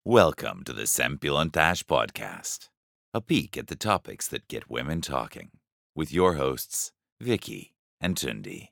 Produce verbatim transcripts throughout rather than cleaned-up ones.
Welcome to the Szempillantás Podcast, a peek at the topics that get women talking, with your hosts, Vicky and Tündi.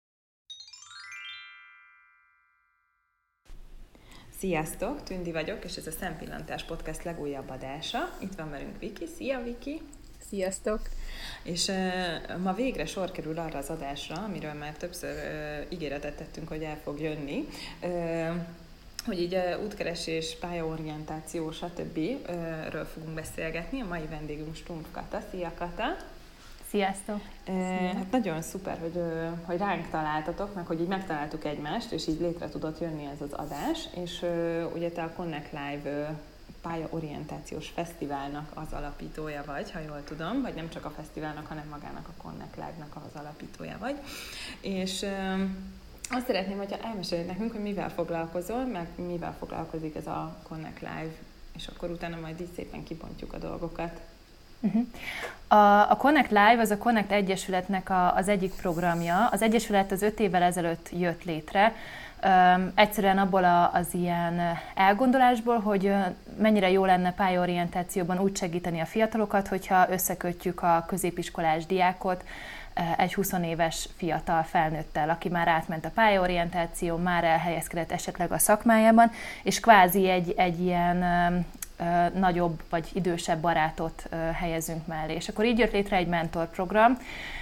Sziasztok, Tündi vagyok, és ez a Szempillantás Podcast legújabb adása. Itt van velünk Viki. Szia, Viki! Sziasztok! És uh, ma végre sor kerül arra az adásra, amiről már többször uh, ígéretet tettünk, hogy el fog jönni. Uh, hogy így uh, útkeresés, pályaorientáció, stb. Uh, ről fogunk beszélgetni. A mai vendégünk Stumpf Kata. Szia, Kata! Sziasztok! Uh, hát nagyon szuper, hogy, uh, hogy ránk találtatok, meg hogy így megtaláltuk egymást, és így létre tudott jönni ez az adás. És uh, ugye te a Connect Live uh, pályaorientációs fesztiválnak az alapítója vagy, ha jól tudom, vagy nem csak a fesztiválnak, hanem magának a Connect Live-nak az alapítója vagy. És uh, azt szeretném, hogyha elmeséled nekünk, hogy mivel foglalkozol, meg mivel foglalkozik ez a Connect Live, és akkor utána majd így szépen kibontjuk a dolgokat. Uh-huh. A, a Connect Live az a Connect Egyesületnek a, az egyik programja. Az Egyesület az öt évvel ezelőtt jött létre. Um, egyszerűen abból a, az ilyen elgondolásból, hogy mennyire jó lenne pályaorientációban úgy segíteni a fiatalokat, hogyha összekötjük a középiskolás diákot egy húsz éves fiatal felnőttel, aki már átment a pályaorientáció, már elhelyezkedett esetleg a szakmájában, és kvázi egy, egy ilyen um, nagyobb vagy idősebb barátot uh, helyezünk mellé. És akkor így jött létre egy mentorprogram.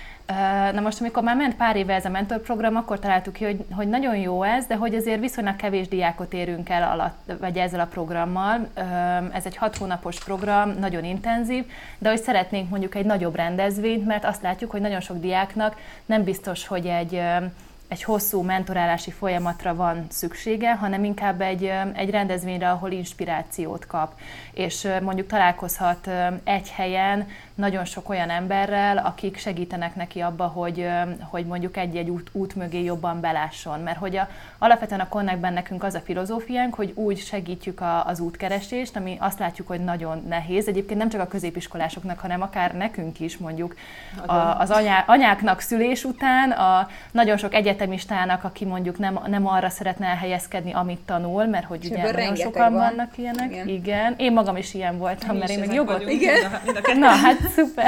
Na most, amikor már ment pár éve ez a mentorprogram, akkor találtuk ki, hogy, hogy nagyon jó ez, de hogy azért viszonylag kevés diákot érünk el alatt, vagy ezzel a programmal. Ez egy hat hónapos program, nagyon intenzív, de hogy szeretnénk mondjuk egy nagyobb rendezvényt, mert azt látjuk, hogy nagyon sok diáknak nem biztos, hogy egy, egy hosszú mentorálási folyamatra van szüksége, hanem inkább egy, egy rendezvényre, ahol inspirációt kap, és mondjuk találkozhat egy helyen nagyon sok olyan emberrel, akik segítenek neki abba, hogy, hogy mondjuk egy-egy út, út mögé jobban belásson. Mert hogy a, alapvetően a Connectben nekünk az a filozófiánk, hogy úgy segítjük a, az útkeresést, ami azt látjuk, hogy nagyon nehéz. Egyébként nem csak a középiskolásoknak, hanem akár nekünk is mondjuk a, az anyá, anyáknak szülés után, a nagyon sok egyetemistának, aki mondjuk nem, nem arra szeretne elhelyezkedni, amit tanul, mert hogy ugye nagyon sokan van. vannak ilyenek. Igen. Igen. Én magam is ilyen voltam, mert én meg jogot... Igen. Na, hát szuper.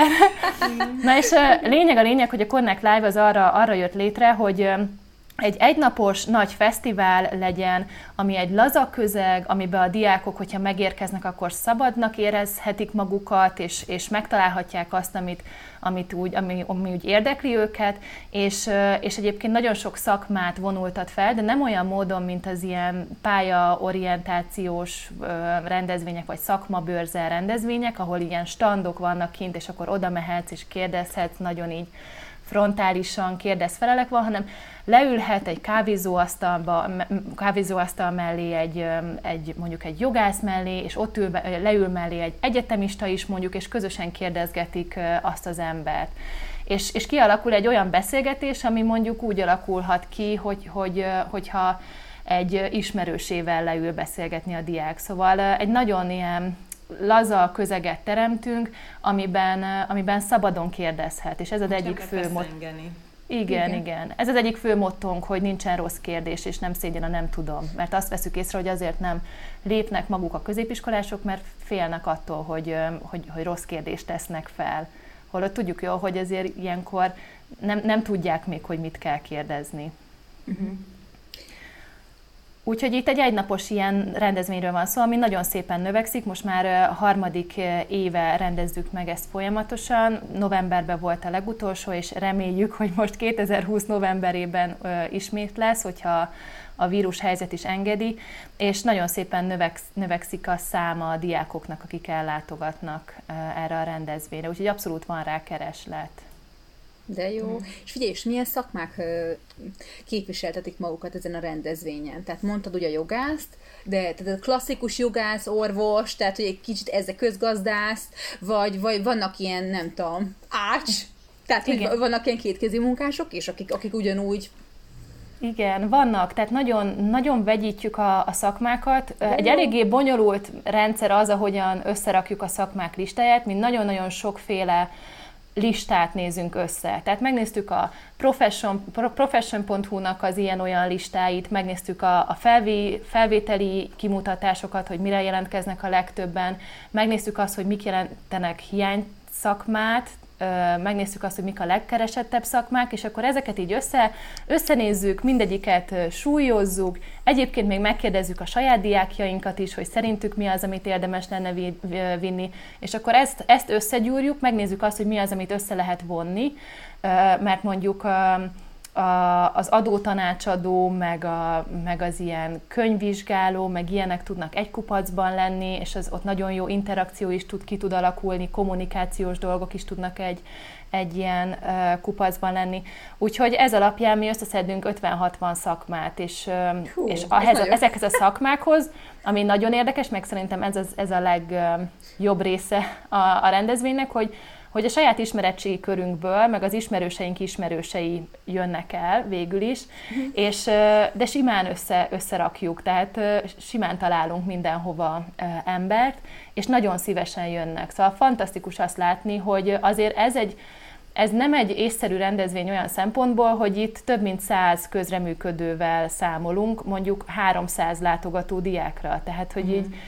Na és a lényeg a lényeg, hogy a Connect Live az arra, arra jött létre, hogy egy egynapos nagy fesztivál legyen, ami egy laza közeg, amiben a diákok, hogyha megérkeznek, akkor szabadnak érezhetik magukat, és, és megtalálhatják azt, amit, amit úgy, ami, ami úgy érdekli őket, és, és egyébként nagyon sok szakmát vonultat fel, de nem olyan módon, mint az ilyen pályaorientációs rendezvények, vagy szakmabőrze rendezvények, ahol ilyen standok vannak kint, és akkor oda mehetsz, és kérdezhetsz, nagyon így frontálisan kérdez-felelek van, hanem leülhet egy kávézóasztalba, kávézóasztal mellé egy, egy, mondjuk egy jogász mellé, és ott ül, leül mellé egy egyetemista is mondjuk, és közösen kérdezgetik azt az embert. És, és kialakul egy olyan beszélgetés, ami mondjuk úgy alakulhat ki, hogy, hogy, hogyha egy ismerősével leül beszélgetni a diák. Szóval egy nagyon ilyen laza közeget teremtünk, amiben, amiben szabadon kérdezhet, és ez az egyik fő motto. Igen, igen, igen. Ez az egyik fő mottónk, hogy nincsen rossz kérdés, és nem szégyen a nem tudom. Mert azt veszük észre, hogy azért nem lépnek maguk a középiskolások, mert félnek attól, hogy, hogy, hogy rossz kérdést tesznek fel. Holott tudjuk jól, hogy azért ilyenkor nem, nem tudják még, hogy mit kell kérdezni. Uh-huh. Úgyhogy itt egy egynapos ilyen rendezvényről van szó, ami nagyon szépen növekszik. Most már a harmadik éve rendezzük meg ezt folyamatosan. Novemberben volt a legutolsó, és reméljük, hogy most kétezer-húsz novemberében ismét lesz, hogyha a vírus helyzet is engedi, és nagyon szépen növeksz, növekszik a száma a diákoknak, akik ellátogatnak erre a rendezvényre. Úgyhogy abszolút van rá kereslet. De jó. Mm. És figyelj, és milyen szakmák képviseltetik magukat ezen a rendezvényen? Tehát mondtad ugye a jogászt, de tehát a klasszikus jogász, orvos, tehát hogy egy kicsit ezzel közgazdász, vagy, vagy vannak ilyen, nem tudom, ács, tehát hogy vannak ilyen kétkezi munkások is, akik, akik ugyanúgy... Igen, vannak, tehát nagyon, nagyon vegyítjük a, a szakmákat. De egy jó. Eléggé bonyolult rendszer az, ahogyan összerakjuk a szakmák listáját, mint nagyon-nagyon sokféle listát nézünk össze. Tehát megnéztük a profession, profession pont hu-nak az ilyen-olyan listáit, megnéztük a, a felvé, felvételi kimutatásokat, hogy mire jelentkeznek a legtöbben, megnéztük azt, hogy mik jelentenek hiány szakmát, megnéztük azt, hogy mik a legkeresettebb szakmák, és akkor ezeket így össze, összenézzük, mindegyiket súlyozzuk, egyébként még megkérdezzük a saját diákjainkat is, hogy szerintük mi az, amit érdemes lenne vinni, és akkor ezt, ezt összegyúrjuk, megnézzük azt, hogy mi az, amit össze lehet vonni, mert mondjuk az adótanácsadó, meg, a, meg az ilyen könyvvizsgáló, meg ilyenek tudnak egy kupacban lenni, és az ott nagyon jó interakció is tud, ki tud alakulni, kommunikációs dolgok is tudnak egy, egy ilyen uh, kupacban lenni. Úgyhogy ez alapján mi összeszedünk ötven-hatvan szakmát, és, Hú, és ahhez, a, ezekhez a szakmákhoz, ami nagyon érdekes, meg szerintem ez, az, ez a legjobb része a, a rendezvénynek, hogy hogy a saját ismeretségi körünkből, meg az ismerőseink ismerősei jönnek el végül is, uh-huh. és, de simán össze, összerakjuk, tehát simán találunk mindenhova embert, és nagyon szívesen jönnek. Szóval fantasztikus azt látni, hogy azért ez egy Ez nem egy észszerű rendezvény olyan szempontból, hogy itt több mint száz közreműködővel számolunk, mondjuk háromszáz látogató diákra. Tehát, hogy uh-huh. így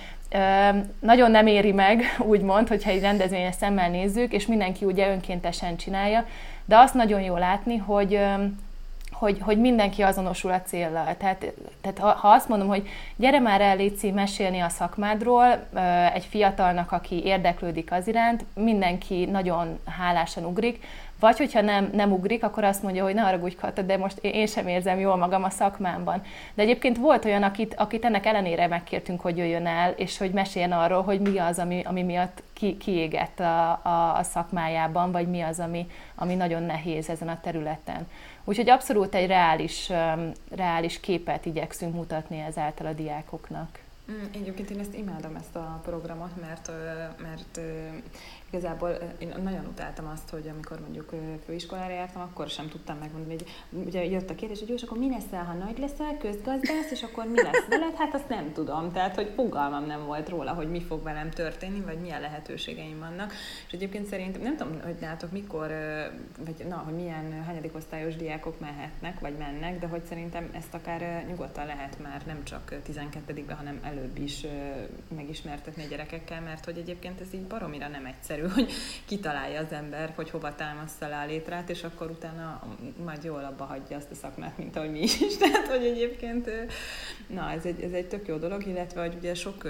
nagyon nem éri meg, úgymond, hogyha egy rendezvényes szemmel nézzük, és mindenki ugye önkéntesen csinálja, de azt nagyon jó látni, hogy, hogy, hogy mindenki azonosul a céllal. Tehát, tehát ha, ha azt mondom, hogy gyere már el, légy mesélni a szakmádról egy fiatalnak, aki érdeklődik az iránt, mindenki nagyon hálásan ugrik, vagy hogyha nem, nem ugrik, akkor azt mondja, hogy ne haragudj, Kata, de most én sem érzem jól magam a szakmámban. De egyébként volt olyan, akit, akit ennek ellenére megkértünk, hogy jöjjön el, és hogy meséljen arról, hogy mi az, ami, ami miatt ki, kiégett a, a, a szakmájában, vagy mi az, ami, ami nagyon nehéz ezen a területen. Úgyhogy abszolút egy reális, reális képet igyekszünk mutatni ezáltal a diákoknak. Mm, egyébként én ezt imádom, ezt a programot, mert, mert igazából én nagyon utáltam azt, hogy amikor mondjuk főiskolára jártam, akkor sem tudtam megmondani, hogy ugye jött a kérdés, hogy jó, és akkor mi leszel, ha nagy leszel, közgazdász, és akkor mi lesz veled? Hát azt nem tudom, tehát hogy fogalmam nem volt róla, hogy mi fog velem történni, vagy milyen lehetőségeim vannak. És egyébként szerintem, nem tudom, hogy nálatok mikor, vagy na, hogy milyen hányadik osztályos diákok mehetnek, vagy mennek, de hogy szerintem ezt akár nyugodtan lehet már nem csak tizenkettedikben, hanem előbb is megismertetni a gyerekekkel, mert hogy egyébként ez így baromira nem egyszerű, hogy kitalálja az ember, hogy hova támaszza le a létrát, és akkor utána majd jól abba hagyja azt a szakmát, mint ahogy mi is. Tehát, hogy egyébként, na, ez egy, ez egy tök jó dolog, illetve, hogy ugye sok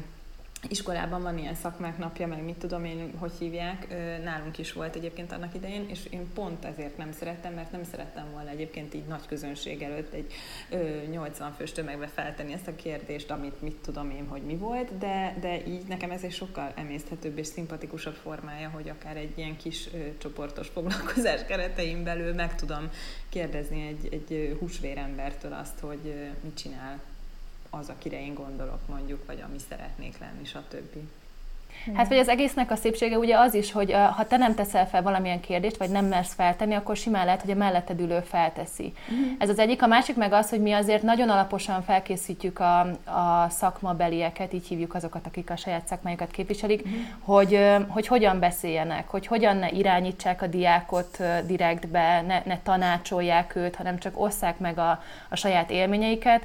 iskolában van ilyen szakmák napja, meg mit tudom én, hogy hívják, nálunk is volt egyébként annak idején, és én pont ezért nem szerettem, mert nem szerettem volna egyébként így nagy közönség előtt egy nyolcvan fős tömegbe feltenni ezt a kérdést, amit mit tudom én, hogy mi volt, de, de így nekem ez egy sokkal emészthetőbb és szimpatikusabb formája, hogy akár egy ilyen kis ö, csoportos foglalkozás keretein belül meg tudom kérdezni egy, egy húsvérembertől azt, hogy ö, mit csinál az, akire én gondolok mondjuk, vagy ami szeretnék lenni, stb. Hát vagy az egésznek a szépsége ugye az is, hogy ha te nem teszel fel valamilyen kérdést, vagy nem mersz feltenni, akkor simán lehet, hogy a melletted ülő felteszi. Uh-huh. Ez az egyik. A másik meg az, hogy mi azért nagyon alaposan felkészítjük a, a szakmabelieket, így hívjuk azokat, akik a saját szakmájukat képviselik, uh-huh. hogy, hogy hogyan beszéljenek, hogy hogyan ne irányítsák a diákot direktbe, ne, ne tanácsolják őt, hanem csak osszák meg a, a saját élményeiket,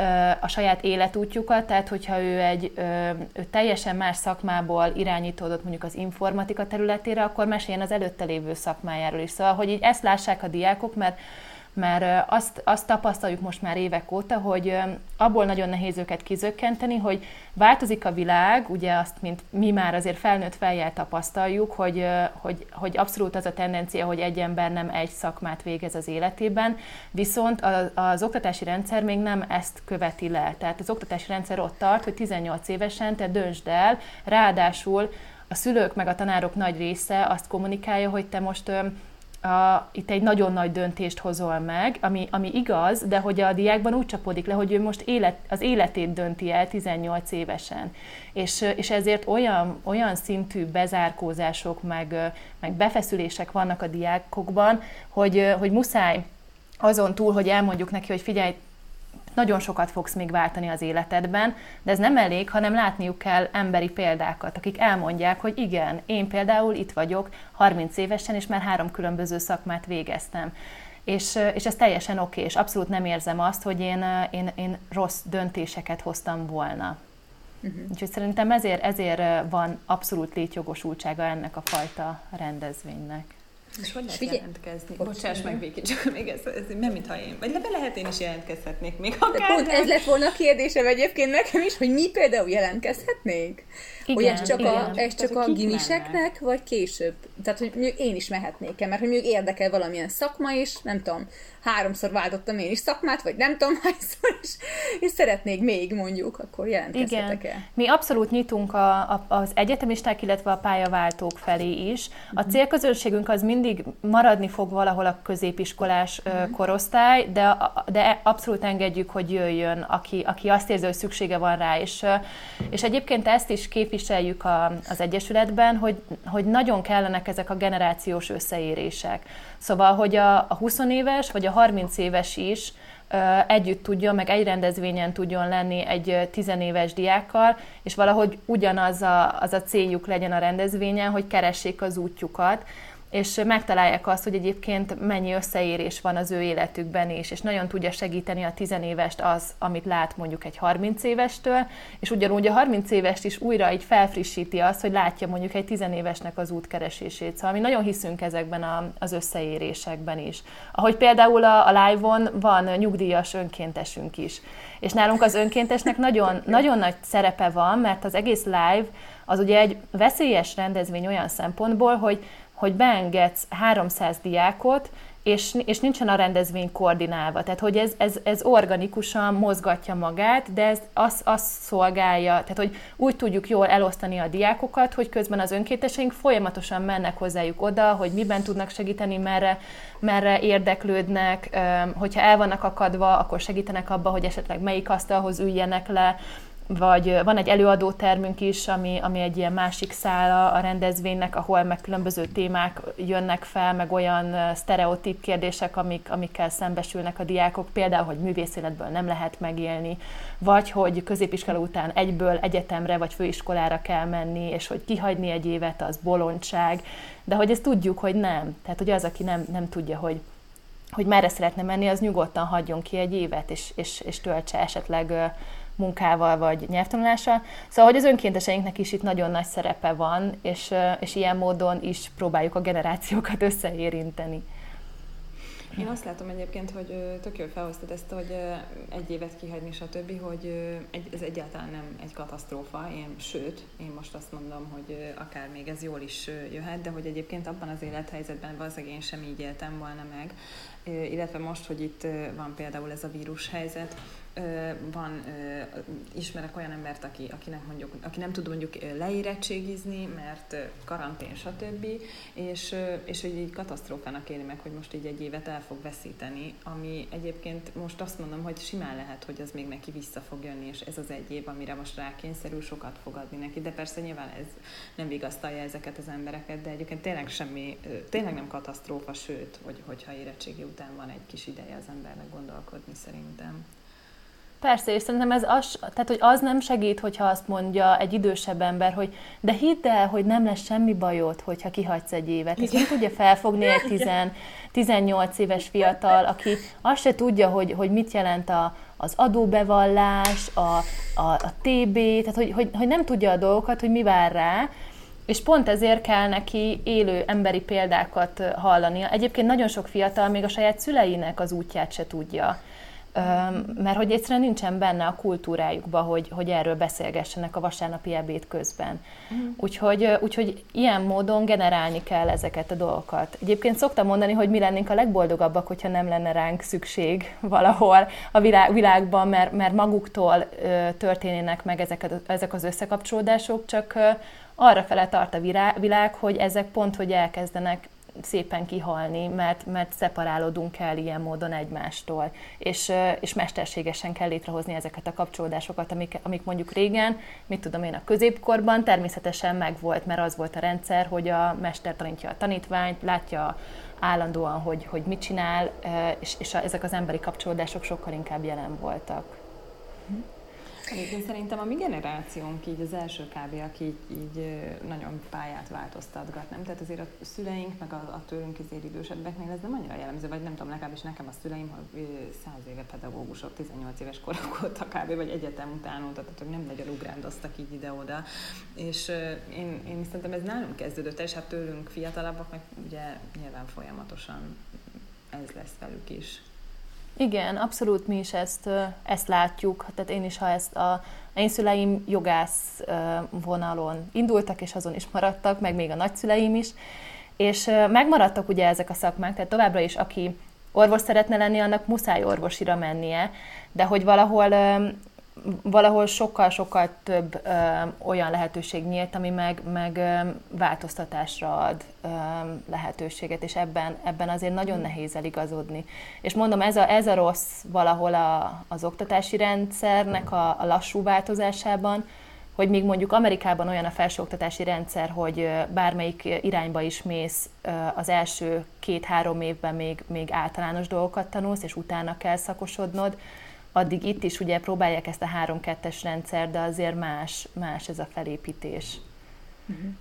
a saját életútjukat, tehát hogyha ő egy ő teljesen más szakmából irányítódott mondjuk az informatika területére, akkor meséljen az előtte lévő szakmájáról is. Szóval, hogy így ezt lássák a diákok, mert, mert azt, azt tapasztaljuk most már évek óta, hogy abból nagyon nehéz őket kizökkenteni, hogy változik a világ, ugye azt, mint mi már azért felnőtt fejjel tapasztaljuk, hogy, hogy, hogy abszolút az a tendencia, hogy egy ember nem egy szakmát végez az életében, viszont az, az oktatási rendszer még nem ezt követi le. Tehát az oktatási rendszer ott tart, hogy tizennyolc évesen te döntsd el, ráadásul a szülők meg a tanárok nagy része azt kommunikálja, hogy te most A, itt egy nagyon nagy döntést hozol meg, ami, ami igaz, de hogy a diákban úgy csapódik le, hogy ő most élet, az életét dönti el tizennyolc évesen. És, és ezért olyan, olyan szintű bezárkózások, meg, meg befeszülések vannak a diákokban, hogy, hogy muszáj azon túl, hogy elmondjuk neki, hogy figyelj, nagyon sokat fogsz még váltani az életedben, de ez nem elég, hanem látniuk kell emberi példákat, akik elmondják, hogy igen, én például itt vagyok harminc évesen, és már három különböző szakmát végeztem. És, és ez teljesen oké, és abszolút nem érzem azt, hogy én, én, én rossz döntéseket hoztam volna. Uh-huh. Úgyhogy szerintem ezért, ezért van abszolút létjogosultsága ennek a fajta rendezvénynek. És hogy lehet jelentkezni? Bocsáss meg, Viki, csak még ez, ez nem mintha én, vagy le lehet én is jelentkezhetnék még akár. De pont ez lett volna a kérdésem egyébként nekem is, hogy mi például jelentkezhetnénk? Igen, hogy ez csak igen. a, ez csak Tehát, a gimiseknek, vagy később? Tehát, hogy mondjuk én is mehetnék-e, mert hogy mondjuk érdekel valamilyen szakma is, nem tudom, háromszor váltottam én is szakmát, vagy nem tudom hányszor is, és szeretnék még mondjuk, akkor jelentkezhetek-e? Mi abszolút nyitunk a, a, az egyetemisták, illetve a pályaváltók felé is. A célközönségünk az mindig maradni fog valahol a középiskolás uh-huh. korosztály, de, de abszolút engedjük, hogy jöjjön, aki, aki azt érzi, hogy szüksége van rá. És, és egyébként ezt is képviseljük a, az Egyesületben, hogy, hogy nagyon kellenek ezek a generációs összeérések. Szóval, hogy a, a húsz éves vagy a harminc éves is uh, együtt tudjon, meg egy rendezvényen tudjon lenni egy tizenéves diákkal, és valahogy ugyanaz a, az a céljuk legyen a rendezvényen, hogy keressék az útjukat, és megtalálják azt, hogy egyébként mennyi összeérés van az ő életükben is, és nagyon tudja segíteni a tizenévest az, amit lát mondjuk egy harminc évestől, és ugyanúgy a harminc évest is újra így felfrissíti azt, hogy látja mondjuk egy tizenévesnek az útkeresését. Szóval mi nagyon hiszünk ezekben a, az összeérésekben is. Ahogy például a, a live-on van nyugdíjas önkéntesünk is. És nálunk az önkéntesnek nagyon, nagyon nagy szerepe van, mert az egész live az ugye egy veszélyes rendezvény olyan szempontból, hogy hogy beengedsz háromszáz diákot, és, és nincsen a rendezvény koordinálva. Tehát, hogy ez, ez, ez organikusan mozgatja magát, de ez azt az szolgálja, tehát, hogy úgy tudjuk jól elosztani a diákokat, hogy közben az önkénteseink folyamatosan mennek hozzájuk oda, hogy miben tudnak segíteni, merre, merre érdeklődnek, hogyha el vannak akadva, akkor segítenek abba, hogy esetleg melyik asztalhoz üljenek le, vagy van egy előadótermünk is, ami, ami egy ilyen másik szála a rendezvénynek, ahol meg különböző témák jönnek fel, meg olyan sztereotíp kérdések, amik, amikkel szembesülnek a diákok, például, hogy művészéletből nem lehet megélni, vagy hogy középiskola után egyből egyetemre vagy főiskolára kell menni, és hogy kihagyni egy évet, az bolondság, de hogy ezt tudjuk, hogy nem. Tehát, hogy az, aki nem, nem tudja, hogy hogy merre szeretne menni, az nyugodtan hagyjon ki egy évet, és, és, és töltse esetleg munkával vagy nyelvtanulással. Szóval, hogy az önkénteseinknek is itt nagyon nagy szerepe van, és, és ilyen módon is próbáljuk a generációkat összeérinteni. Én azt látom egyébként, hogy tök jól felhoztad ezt, hogy egy évet kihagyni, stb., hogy ez egyáltalán nem egy katasztrófa, én, sőt, én most azt mondom, hogy akár még ez jól is jöhet, de hogy egyébként abban az élethelyzetben valószínűleg én sem így éltem volna meg, illetve most, hogy itt van például ez a vírushelyzet, van, ismerek olyan embert, aki, akinek mondjuk, aki nem tud mondjuk leérettségizni, mert karantén, stb. És, és hogy így katasztrófának éli meg, hogy most így egy évet el fog veszíteni, ami egyébként most azt mondom, hogy simán lehet, hogy az még neki vissza fog jönni, és ez az egy év, amire most rákényszerül, sokat fog adni neki, de persze nyilván ez nem vigasztalja ezeket az embereket, de egyébként tényleg semmi, tényleg nem katasztrófa, sőt, hogy, hogyha érettségi után van egy kis ideje az embernek gondolkodni szerintem. Persze, és szerintem ez az, tehát, hogy az nem segít, hogyha azt mondja egy idősebb ember, hogy de hidd el, hogy nem lesz semmi bajod, hogyha kihagysz egy évet. Ezt nem tudja felfogni egy tizennyolc éves fiatal, aki azt se tudja, hogy, hogy mit jelent a, az adóbevallás, a, a, a té bé, tehát hogy, hogy, hogy nem tudja a dolgokat, hogy mi vár rá, és pont ezért kell neki élő emberi példákat hallania. Egyébként nagyon sok fiatal még a saját szüleinek az útját se tudja. Mert hogy egyszerűen nincsen benne a kultúrájukban, hogy, hogy erről beszélgessenek a vasárnapi ebéd közben. Mm. Úgyhogy, úgyhogy ilyen módon generálni kell ezeket a dolgokat. Egyébként szoktam mondani, hogy mi lennénk a legboldogabbak, hogyha nem lenne ránk szükség valahol a világ, világban, mert, mert maguktól ö, történnének meg ezek, ezek az összekapcsolódások, csak ö, arra fele tart a világ, hogy ezek pont, hogy elkezdenek szépen kihalni, mert, mert szeparálódunk el ilyen módon egymástól, és, és mesterségesen kell létrehozni ezeket a kapcsolódásokat, amik, amik mondjuk régen, mit tudom én, a középkorban természetesen megvolt, mert az volt a rendszer, hogy a mester tanítja a tanítványt, látja állandóan, hogy, hogy mit csinál, és, és ezek az emberi kapcsolódások sokkal inkább jelen voltak. Egyébként szerintem a mi generációnk így az első kb. Aki így, így nagyon pályát változtatgat, nem? Tehát azért a szüleink, meg a, a tőlünk azért idősebbeknél ez nem annyira jellemző, vagy nem tudom, legalábbis nekem a szüleim, hogy száz éve pedagógusok, tizennyolc éves korok voltak kb. Vagy egyetem után tehát nem nagyon ugrándoztak így ide-oda. És én, én szerintem ez nálunk kezdődött, és hát tőlünk fiatalabbak, meg ugye nyilván folyamatosan ez lesz velük is. Igen, abszolút mi is ezt, ezt látjuk, tehát én is, ha ezt a én szüleim jogász vonalon indultak, és azon is maradtak, meg még a nagyszüleim is, és megmaradtak ugye ezek a szakmák, tehát továbbra is, aki orvos szeretne lenni, annak muszáj orvosira mennie, de hogy valahol valahol sokkal-sokkal több ö, olyan lehetőség nyílt, ami meg, meg ö, változtatásra ad ö, lehetőséget, és ebben, ebben azért nagyon nehéz eligazodni. És mondom, ez a, ez a rossz valahol a, az oktatási rendszernek a, a lassú változásában, hogy míg mondjuk Amerikában olyan a felsőoktatási rendszer, hogy bármelyik irányba is mész, az első két-három évben még, még általános dolgokat tanulsz, és utána kell szakosodnod, addig itt is ugye próbálják ezt a három-kettes rendszer, de azért más, más ez a felépítés. Uh-huh.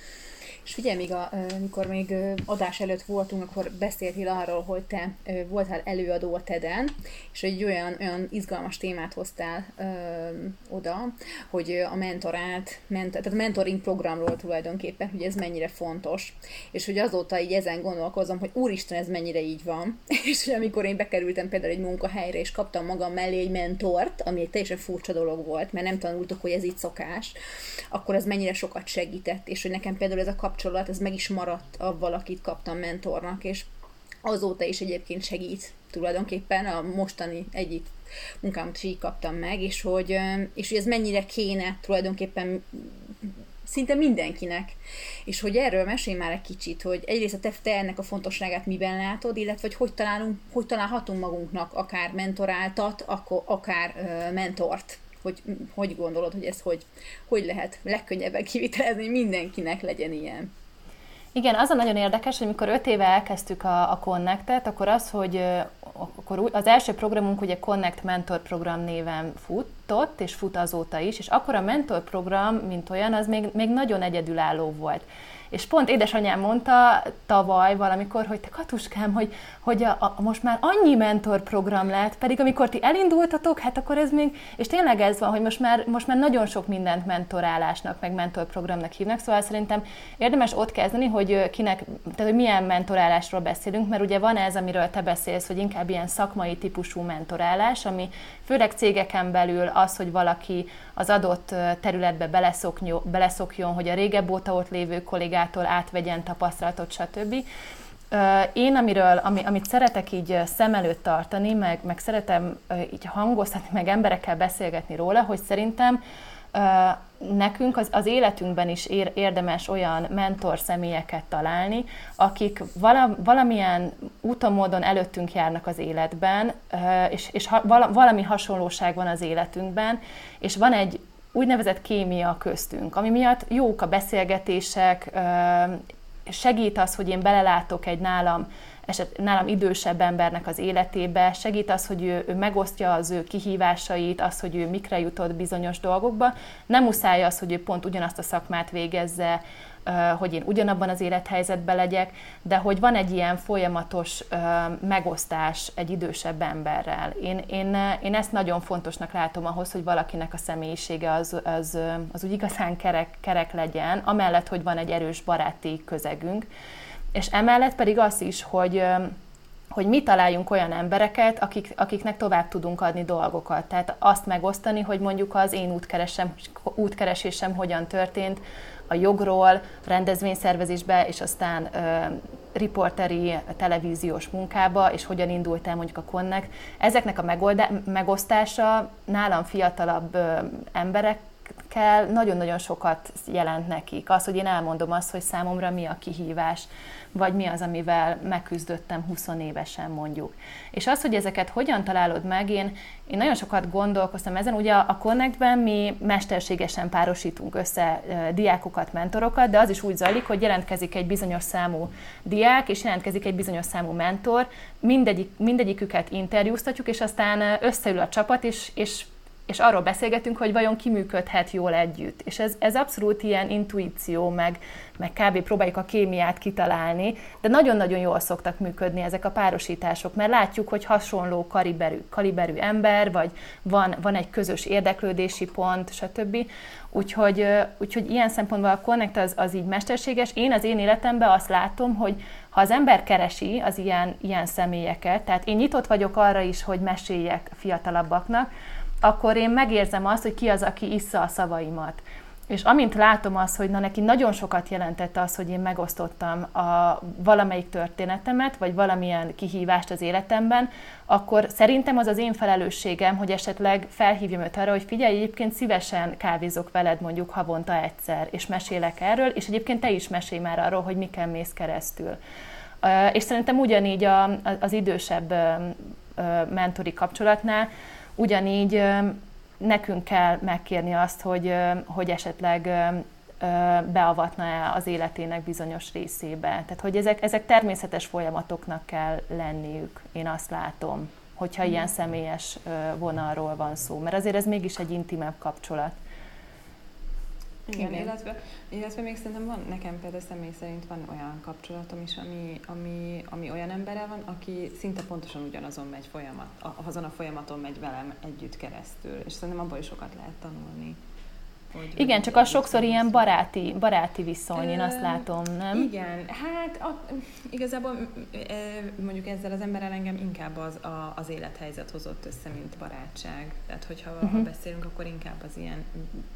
És figyelj, még a, amikor még adás előtt voltunk, akkor beszéltél arról, hogy te voltál előadó a TED-en, és egy olyan, olyan izgalmas témát hoztál ö, oda, hogy a mentorát, ment, tehát a mentoring programról tulajdonképpen, hogy ez mennyire fontos, és hogy azóta így ezen gondolkozom, hogy úristen, ez mennyire így van, és amikor én bekerültem például egy munkahelyre, és kaptam magam mellé egy mentort, ami egy teljesen furcsa dolog volt, mert nem tanultuk, hogy ez így szokás, akkor ez mennyire sokat segített, és hogy nekem például ez a kapcsolat, ez meg is maradt avval, akit kaptam mentornak, és azóta is egyébként segít tulajdonképpen, a mostani egyik munkámat is így kaptam meg, és hogy, és hogy ez mennyire kéne tulajdonképpen szinte mindenkinek. És hogy erről mesélj már egy kicsit, hogy egyrészt te, te ennek a fontosságát miben látod, illetve hogy hogy, találunk, hogy találhatunk magunknak akár mentoráltat, akár mentort. Hogy, hogy gondolod, hogy ez hogy, hogy lehet legkönnyebben kivitelezni, hogy mindenkinek legyen ilyen? Igen, az a nagyon érdekes, hogy mikor öt éve elkezdtük a, a Connect-et, akkor az, hogy akkor az első programunk ugye Connect Mentor Program néven futott, és fut azóta is, és akkor a mentor program, mint olyan, az még, még nagyon egyedülálló volt. És pont édesanyám mondta tavaly valamikor, hogy te Katuskám, hogy, hogy a, a, most már annyi mentorprogram lett, pedig amikor ti elindultatok, hát akkor ez még, és tényleg ez van, hogy most már, most már nagyon sok mindent mentorálásnak, meg mentorprogramnak hívnak, szóval szerintem érdemes ott kezdeni, hogy kinek, tehát hogy milyen mentorálásról beszélünk, mert ugye van ez, amiről te beszélsz, hogy inkább ilyen szakmai típusú mentorálás, ami főleg cégeken belül az, hogy valaki az adott területbe beleszokjon, hogy a régebb óta ott lévő kollégától átvegyen tapasztalatot, stb. Én, amiről, ami, amit szeretek így szem előtt tartani, meg, meg szeretem így hangoztatni, meg emberekkel beszélgetni róla, hogy szerintem nekünk az, az életünkben is ér, érdemes olyan mentor személyeket találni, akik vala, valamilyen úton, módon előttünk járnak az életben, és, és ha, valami hasonlóság van az életünkben, és van egy úgynevezett kémia köztünk, ami miatt jók a beszélgetések, segít az, hogy én belelátok egy nálam, eset, nálam idősebb embernek az életébe, segít az, hogy ő, ő megosztja az ő kihívásait, az, hogy ő mikre jutott bizonyos dolgokba. Nem muszáj az, hogy ő pont ugyanazt a szakmát végezze, hogy én ugyanabban az élethelyzetben legyek, de hogy van egy ilyen folyamatos megosztás egy idősebb emberrel. Én, én, én ezt nagyon fontosnak látom ahhoz, hogy valakinek a személyisége az, az, az úgy igazán kerek, kerek legyen, amellett, hogy van egy erős baráti közegünk, és emellett pedig az is, hogy hogy mi találjunk olyan embereket, akik, akiknek tovább tudunk adni dolgokat. Tehát azt megosztani, hogy mondjuk az én útkeresem, útkeresésem hogyan történt a jogról, rendezvényszervezésbe, és aztán uh, riporteri, televíziós munkába, és hogyan indult el mondjuk a Connect. Ezeknek a megoldá- megosztása nálam fiatalabb uh, emberek kell, nagyon-nagyon sokat jelent nekik. Az, hogy én elmondom azt, hogy számomra mi a kihívás, vagy mi az, amivel megküzdöttem húsz évesen mondjuk. És az, hogy ezeket hogyan találod meg, én, én nagyon sokat gondolkoztam ezen. Ugye a Connectben mi mesterségesen párosítunk össze diákokat, mentorokat, de az is úgy zajlik, hogy jelentkezik egy bizonyos számú diák, és jelentkezik egy bizonyos számú mentor, mindegyik, mindegyiküket interjúztatjuk, és aztán összeül a csapat, és, és és arról beszélgetünk, hogy vajon ki működhet jól együtt. És ez, ez abszolút ilyen intuíció, meg, meg kb. Próbáljuk a kémiát kitalálni, de nagyon-nagyon jól szoktak működni ezek a párosítások, mert látjuk, hogy hasonló kaliberű, kaliberű ember, vagy van, van egy közös érdeklődési pont, stb. Úgyhogy, úgyhogy ilyen szempontból a Connect az, az így mesterséges. Én az én életemben azt látom, hogy ha az ember keresi az ilyen, ilyen személyeket, tehát én nyitott vagyok arra is, hogy meséljek fiatalabbaknak, akkor én megérzem azt, hogy ki az, aki issza a szavaimat. És amint látom azt, hogy na neki nagyon sokat jelentett az, hogy én megosztottam a valamelyik történetemet, vagy valamilyen kihívást az életemben, akkor szerintem az az én felelősségem, hogy esetleg felhívjam őt arra, hogy figyelj, egyébként szívesen kávézok veled mondjuk havonta egyszer, és mesélek erről, és egyébként te is mesélj már arról, hogy miken mész keresztül. És szerintem ugyanígy az idősebb mentori kapcsolatnál, ugyanígy nekünk kell megkérni azt, hogy, hogy esetleg beavatna-e az életének bizonyos részébe. Tehát, hogy ezek, ezek természetes folyamatoknak kell lenniük, én azt látom, hogyha ilyen személyes vonalról van szó, mert azért ez mégis egy intimebb kapcsolat. Igen, Igen. Illetve, illetve még szerintem van, nekem például személy szerint van olyan kapcsolatom is, ami, ami, ami olyan emberrel van, aki szinte pontosan ugyanazon megy folyamat, azon a folyamaton megy velem együtt keresztül, és szerintem abból is sokat lehet tanulni. Hogy igen, csak az sokszor ilyen baráti, baráti viszony, én azt látom, nem? Igen, hát a, igazából mondjuk ezzel az emberrel engem inkább az, a, az élethelyzet hozott össze, mint barátság. Tehát, hogyha uh-huh. ha beszélünk, akkor inkább az ilyen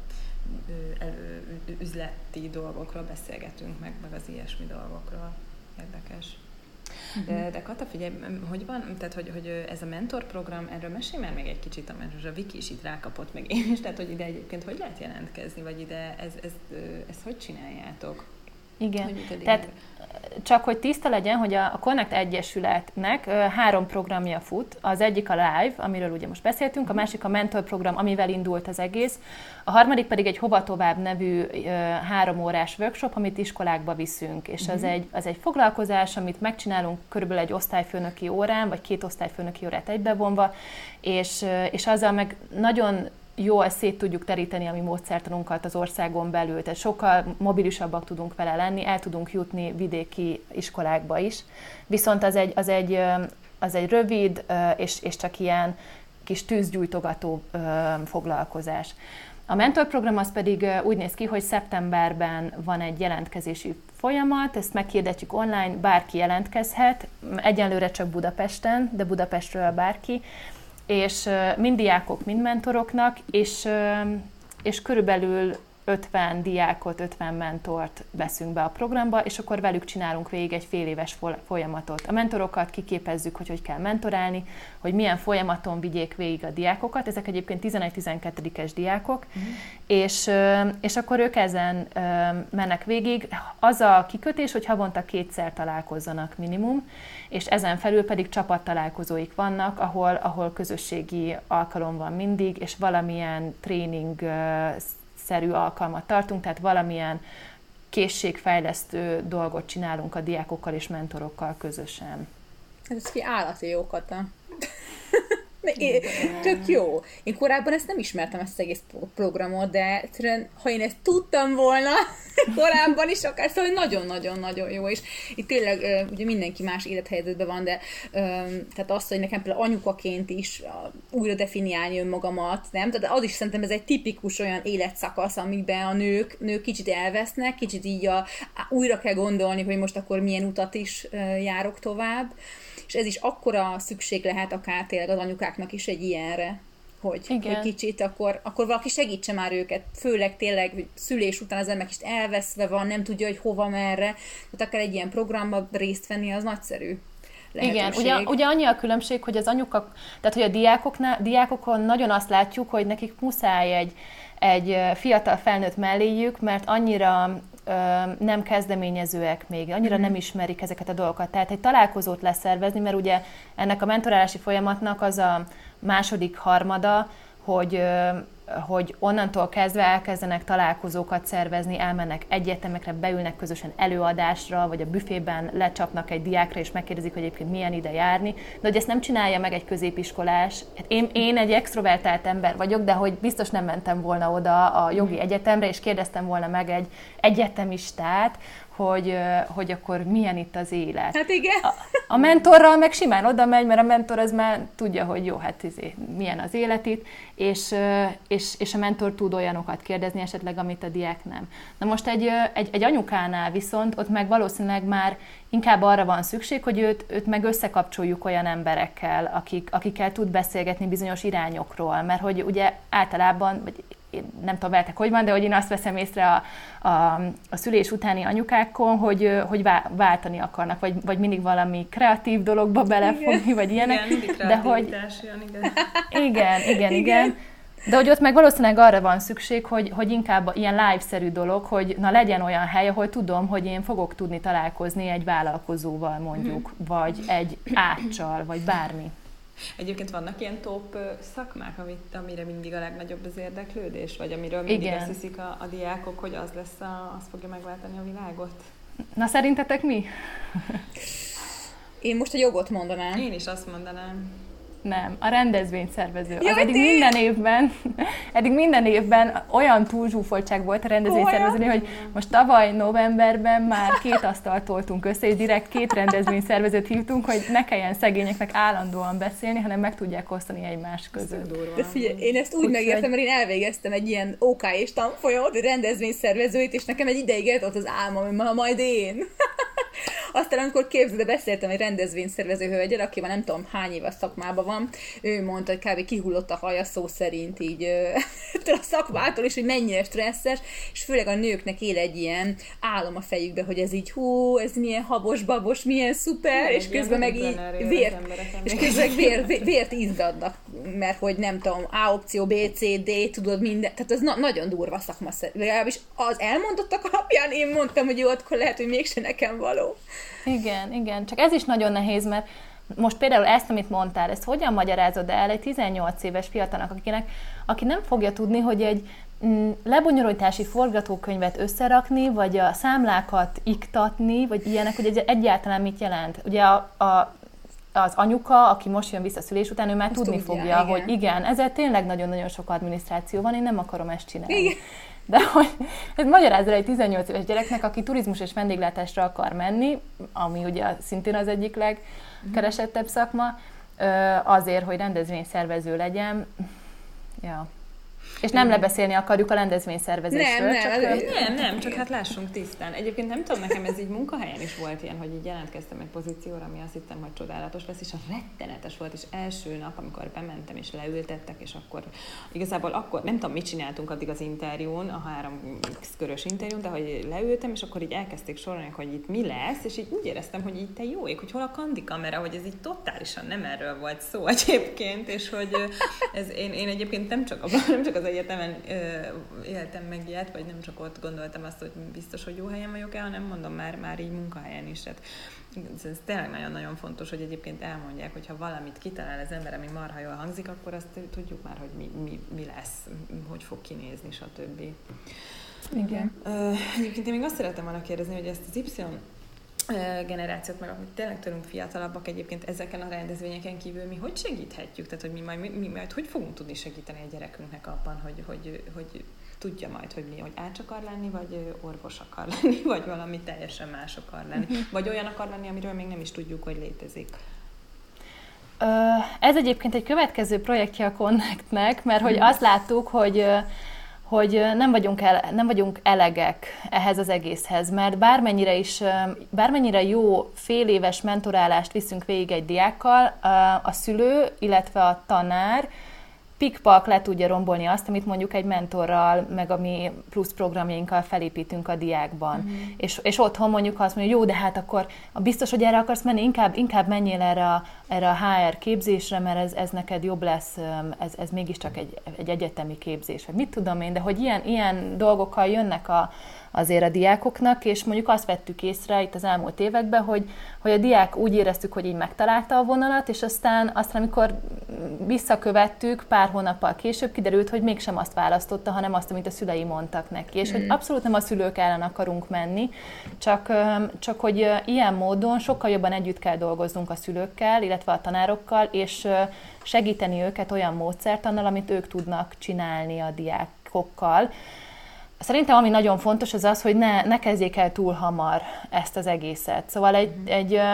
elő, üzleti dolgokról beszélgetünk, meg, meg az ilyesmi dolgokról. Érdekes. De, de Kata, figyelj, hogy van, tehát hogy, hogy ez a mentorprogram, erről mesélj már még egy kicsit, mert a Viki is itt rákapott, meg én is, tehát hogy ide egyébként hogy lehet jelentkezni, vagy ide ez, ez, ezt hogy csináljátok? Igen, tehát csak hogy tiszta legyen, hogy a Connect Egyesületnek három programja fut, az egyik a Live, amiről ugye most beszéltünk, a másik a Mentor program, amivel indult az egész, a harmadik pedig egy Hova tovább nevű három órás workshop, amit iskolákba viszünk, és az egy, az egy foglalkozás, amit megcsinálunk körülbelül egy osztályfőnöki órán, vagy két osztályfőnöki órát egybevonva, és, és azzal meg nagyon jól szét tudjuk teríteni a mi módszertanunkat az országon belül, tehát sokkal mobilisabbak tudunk vele lenni, el tudunk jutni vidéki iskolákba is. Viszont az egy, az egy, az egy rövid és, és csak ilyen kis tűzgyújtogató foglalkozás. A mentorprogram az pedig úgy néz ki, hogy szeptemberben van egy jelentkezési folyamat, ezt meghirdetjük online, bárki jelentkezhet, egyenlőre csak Budapesten, de Budapestről bárki, és mind diákok, mind mentoroknak, és, és körülbelül ötven diákot, ötven mentort veszünk be a programba, és akkor velük csinálunk végig egy fél éves folyamatot. A mentorokat kiképezzük, hogy hogy kell mentorálni, hogy milyen folyamaton vigyék végig a diákokat, ezek egyébként tizenegy-tizenkettedikes diákok, uh-huh. és, és akkor ők ezen mennek végig. Az a kikötés, hogy havonta kétszer találkozzanak minimum, és ezen felül pedig csapattalálkozóik vannak, ahol, ahol közösségi alkalom van mindig, és valamilyen tréning szerű alkalmat tartunk, tehát valamilyen készségfejlesztő dolgot csinálunk a diákokkal és mentorokkal közösen. Ez ki állati jó, Kata. Én, tök jó. Én korábban ezt nem ismertem, ezt az egész programot, de egyszerűen, ha én ezt tudtam volna korábban is, akár szóval nagyon-nagyon-nagyon jó, és itt tényleg ugye mindenki más élethelyzetben van, de tehát azt, hogy nekem például anyukaként is újra definiálni önmagamat, nem? Tehát az is szerintem ez egy tipikus olyan életszakasz, amiben a nők, nők kicsit elvesznek, kicsit így a, újra kell gondolni, hogy most akkor milyen utat is járok tovább, és ez is akkora szükség lehet akár tényleg az anyukáknak is egy ilyenre, hogy, hogy kicsit akkor, akkor valaki segítse már őket, főleg tényleg, hogy szülés után az ember is elveszve van, nem tudja, hogy hova, merre, tehát akár egy ilyen programban részt venni, az nagyszerű lehetőség. Igen, ugye, ugye annyi a különbség, hogy az anyukak, tehát hogy a diákoknál, diákokon nagyon azt látjuk, hogy nekik muszáj egy, egy fiatal felnőtt melléjük, mert annyira ö, nem kezdeményezőek még, annyira mm. nem ismerik ezeket a dolgokat. Tehát egy találkozót leszervezni, mert ugye ennek a mentorálási folyamatnak az a második harmada, hogy, hogy onnantól kezdve elkezdenek találkozókat szervezni, elmennek egyetemekre, beülnek közösen előadásra, vagy a büfében lecsapnak egy diákra, és megkérdezik, hogy egyébként milyen ide járni. De hogy ezt nem csinálja meg egy középiskolás. Hát én, én egy extrovertált ember vagyok, de hogy biztos nem mentem volna oda a jogi egyetemre, és kérdeztem volna meg egy egyetemistát, hogy, hogy akkor milyen itt az élet. Hát igen. A, a mentorral meg simán oda megy, mert a mentor az már tudja, hogy jó, hát izé, milyen az élet itt, és, és, és a mentor tud olyanokat kérdezni esetleg, amit a diák nem. Na most egy, egy, egy anyukánál viszont ott meg valószínűleg már inkább arra van szükség, hogy őt, őt meg összekapcsoljuk olyan emberekkel, akik, akikkel tud beszélgetni bizonyos irányokról, mert hogy ugye általában, vagy én nem tudom veletek, hogy van, de hogy én azt veszem észre a, a, a szülés utáni anyukákon, hogy, hogy váltani akarnak, vagy, vagy mindig valami kreatív dologba belefogni, igen. vagy ilyenek. Igen, de hogy jön, igen. igen, igen, igen. De hogy ott meg valószínűleg arra van szükség, hogy, hogy inkább ilyen live-szerű dolog, hogy na legyen olyan hely, ahol tudom, hogy én fogok tudni találkozni egy vállalkozóval mondjuk, mm. vagy egy áccsal, vagy bármi. Egyébként vannak ilyen top szakmák, amit, amire mindig a legnagyobb az érdeklődés, vagy amiről mindig igen. azt hiszik a, a diákok, hogy az lesz a, az fogja megváltani a világot? Na szerintetek mi? Én most a jogot mondanám. Én is azt mondanám. Nem, a rendezvényszervező. Ja, az eddig de... minden évben, eddig minden évben olyan túlzsúfoltság volt a rendezvényszervezőnél, hogy most tavaly novemberben már két asztalt toltunk össze, és direkt két rendezvényszervezőt hívtunk, hogy ne kelljen szegényeknek állandóan beszélni, hanem meg tudják osztani egymás között. De figyelj, én ezt úgy, úgy megértem, mert én elvégeztem egy ilyen ó ká és tanfolyamot, egy rendezvényszervezőit, és nekem egy ideig ott az álmom, hogy ma majd én. Aztán amikor képzeld, beszéltem egy rendezvényszervező hölgyel, aki már nem tudom hány éves szakmában van, ő mondta, hogy kb. Kihullott a haja szó szerint így a szakmától is, hogy mennyire stresszes, és főleg a nőknek él egy ilyen álom a fejükbe, hogy ez így hú, ez milyen habos-babos, milyen szuper, és közben meg így vért, és közben vér, vér, vért izgadnak, mert hogy nem tudom, A opció, B, C, D, tudod minden, tehát ez na- nagyon durva szakma, legalábbis az elmondottak alapján én mondtam, hogy jó, akkor lehet, hogy mégse nekem való. Igen, igen, csak ez is nagyon nehéz, mert most például ezt, amit mondtál, ezt hogyan magyarázod el egy tizennyolc éves fiatalnak, akinek, aki nem fogja tudni, hogy egy mm, lebonyolítási forgatókönyvet összerakni, vagy a számlákat iktatni, vagy ilyenek, hogy egy, egyáltalán mit jelent. Ugye a, a, az anyuka, aki most jön vissza szülés után, ő már azt tudni tudja, fogja, igen. hogy igen, ezzel tényleg nagyon-nagyon sok adminisztráció van, én nem akarom ezt csinálni. Igen. De hogy ez magyarázza egy tizennyolc éves gyereknek, aki turizmus és vendéglátásra akar menni, ami ugye szintén az egyik legkeresettebb szakma, azért, hogy rendezvényszervező legyen. Ja. És nem lebeszélni akarjuk a rendezvényszervezésről. Nem, csak nem, nem, nem, csak hát lássunk tisztán. Egyébként nem tudom, nekem ez így munkahelyen is volt ilyen, hogy így jelentkeztem egy pozícióra, ami azt hittem, hogy csodálatos lesz, és a rettenetes volt, és első nap, amikor bementem, és leültettek, és akkor igazából akkor, nem tudom, mit csináltunk addig az interjún, a három körös interjún, de hogy leültem, és akkor így elkezdték sorolni, hogy itt mi lesz, és így úgy éreztem, hogy így te jó ég, hogy hol a kandikamera, hogy ez így totálisan nem erről volt szó egyébként, és hogy ez, én, én egyébként nem csak, a, nem csak az egyetemen ö, éltem meg ilyet, vagy nem csak ott gondoltam azt, hogy biztos, hogy jó helyen vagyok el, hanem mondom már, már így munkahelyen is. Tehát ez, ez tényleg nagyon-nagyon fontos, hogy egyébként elmondják, hogyha valamit kitalál az ember, ami marha jól hangzik, akkor azt tudjuk már, hogy mi, mi, mi lesz, hogy fog kinézni, stb. Igen. Ö, egyébként én még azt szeretem volna kérdezni, hogy ezt az Y generációt, meg akik tényleg tőlünk fiatalabbak egyébként ezeken a rendezvényeken kívül mi hogy segíthetjük? Tehát, hogy mi majd, mi, mi majd hogy fogunk tudni segíteni a gyerekünknek abban, hogy, hogy, hogy tudja majd, hogy mi, hogy ács akar lenni, vagy orvos akar lenni, vagy valami teljesen más akar lenni. Vagy olyan akar lenni, amiről még nem is tudjuk, hogy létezik. Ez egyébként egy következő projektje a Connectnek, mert hogy azt láttuk, hogy hogy nem vagyunk, el, nem vagyunk elegek ehhez az egészhez, mert bármennyire is, bármennyire jó fél éves mentorálást viszünk végig egy diákkal, a szülő, illetve a tanár pikpak le tudja rombolni azt, amit mondjuk egy mentorral, meg a mi plusz programjainkkal felépítünk a diákban. Mm. És, és otthon mondjuk azt mondja, jó, de hát akkor biztos, hogy erre akarsz menni, inkább, inkább menjél erre a, erre a há er képzésre, mert ez, ez neked jobb lesz, ez, ez mégiscsak egy, egy egyetemi képzés, vagy mit tudom én, de hogy ilyen, ilyen dolgokkal jönnek a, azért a diákoknak, és mondjuk azt vettük észre itt az elmúlt években, hogy, hogy a diák úgy éreztük, hogy így megtalálta a vonalat, és aztán, aztán amikor visszakövettük, pár hónappal később kiderült, hogy mégsem azt választotta, hanem azt, amit a szülei mondtak neki. És mm. hogy abszolút nem a szülők ellen akarunk menni, csak, csak hogy ilyen módon sokkal jobban együtt kell dolgoznunk a szülőkkel, illetve a tanárokkal, és segíteni őket olyan módszertannal, amit ők tudnak csinálni a diákokkal. Szerintem ami nagyon fontos az az, hogy ne, ne kezdjék el túl hamar ezt az egészet. Szóval egy, egy ö,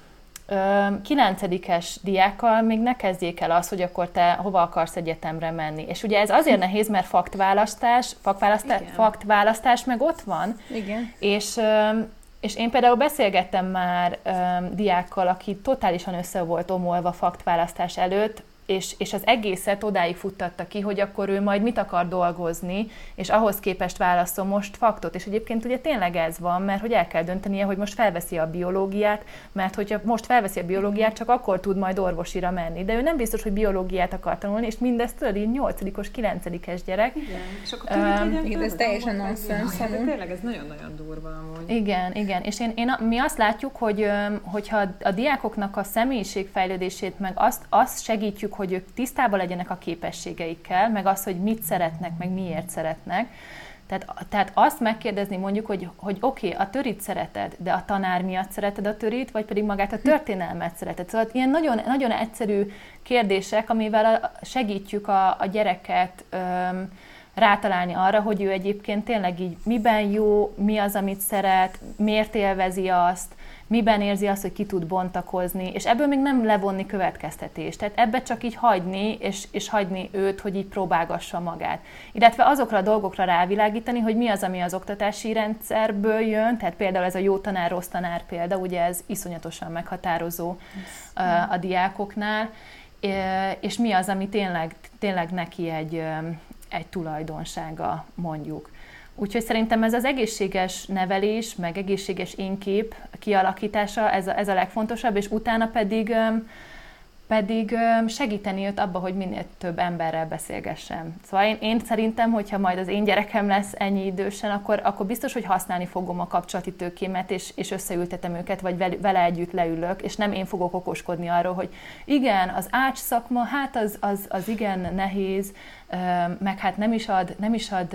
ö, kilencedikes diákkal még ne kezdjék el azt, hogy akkor te hova akarsz egyetemre menni. És ugye ez azért nehéz, mert faktválasztás, faktválasztás, faktválasztás meg ott van. Igen. És, ö, és én például beszélgettem már ö, diákkal, aki totálisan össze volt omolva faktválasztás előtt, És, és az egészet odáig futtatta ki, hogy akkor ő majd mit akar dolgozni, és ahhoz képest válaszol most faktot. És egyébként ugye tényleg ez van, mert hogy el kell döntenie, hogy most felveszi a biológiát, mert hogyha most felveszi a biológiát, csak akkor tud majd orvosira menni. De ő nem biztos, hogy biológiát akar tanulni, és mindezt tudod, így nyolcadikos, kilencedikes gyerek. Igen, és akkor um, igen, ez teljesen nonsens. Tényleg ez nagyon-nagyon durva amúgy. Igen, igen. És én, én, mi azt látjuk, hogy hogyha a diákoknak a személyiségfejlődését, meg azt, azt segítjük, hogy ők tisztában legyenek a képességeikkel, meg az, hogy mit szeretnek, meg miért szeretnek. Tehát, tehát azt megkérdezni mondjuk, hogy, hogy oké, okay, a törit szereted, de a tanár miatt szereted a törit, vagy pedig magát a történelmet szereted. Szóval ilyen nagyon, nagyon egyszerű kérdések, amivel segítjük a, a gyereket öm, rátalálni arra, hogy ő egyébként tényleg így miben jó, mi az, amit szeret, miért élvezi azt, miben érzi azt, hogy ki tud bontakozni, és ebből még nem levonni következtetést. Tehát ebbe csak így hagyni, és, és hagyni őt, hogy így próbálgassa magát. Illetve azokra a dolgokra rávilágítani, hogy mi az, ami az oktatási rendszerből jön, tehát például ez a jó tanár, rossz tanár példa, ugye ez iszonyatosan meghatározó a, a diákoknál, és mi az, ami tényleg, tényleg neki egy, egy tulajdonsága, mondjuk. Úgyhogy szerintem ez az egészséges nevelés, meg egészséges énkép kialakítása, ez a, ez a legfontosabb, és utána pedig, pedig segíteni őt abba, hogy minél több emberrel beszélgessen. Szóval én, én szerintem, hogyha majd az én gyerekem lesz ennyi idősen, akkor, akkor biztos, hogy használni fogom a kapcsolati tőkémet, és, és összeültetem őket, vagy vele együtt leülök, és nem én fogok okoskodni arról, hogy igen, az ács szakma, hát az, az, az igen nehéz, meg hát nem is ad, nem is ad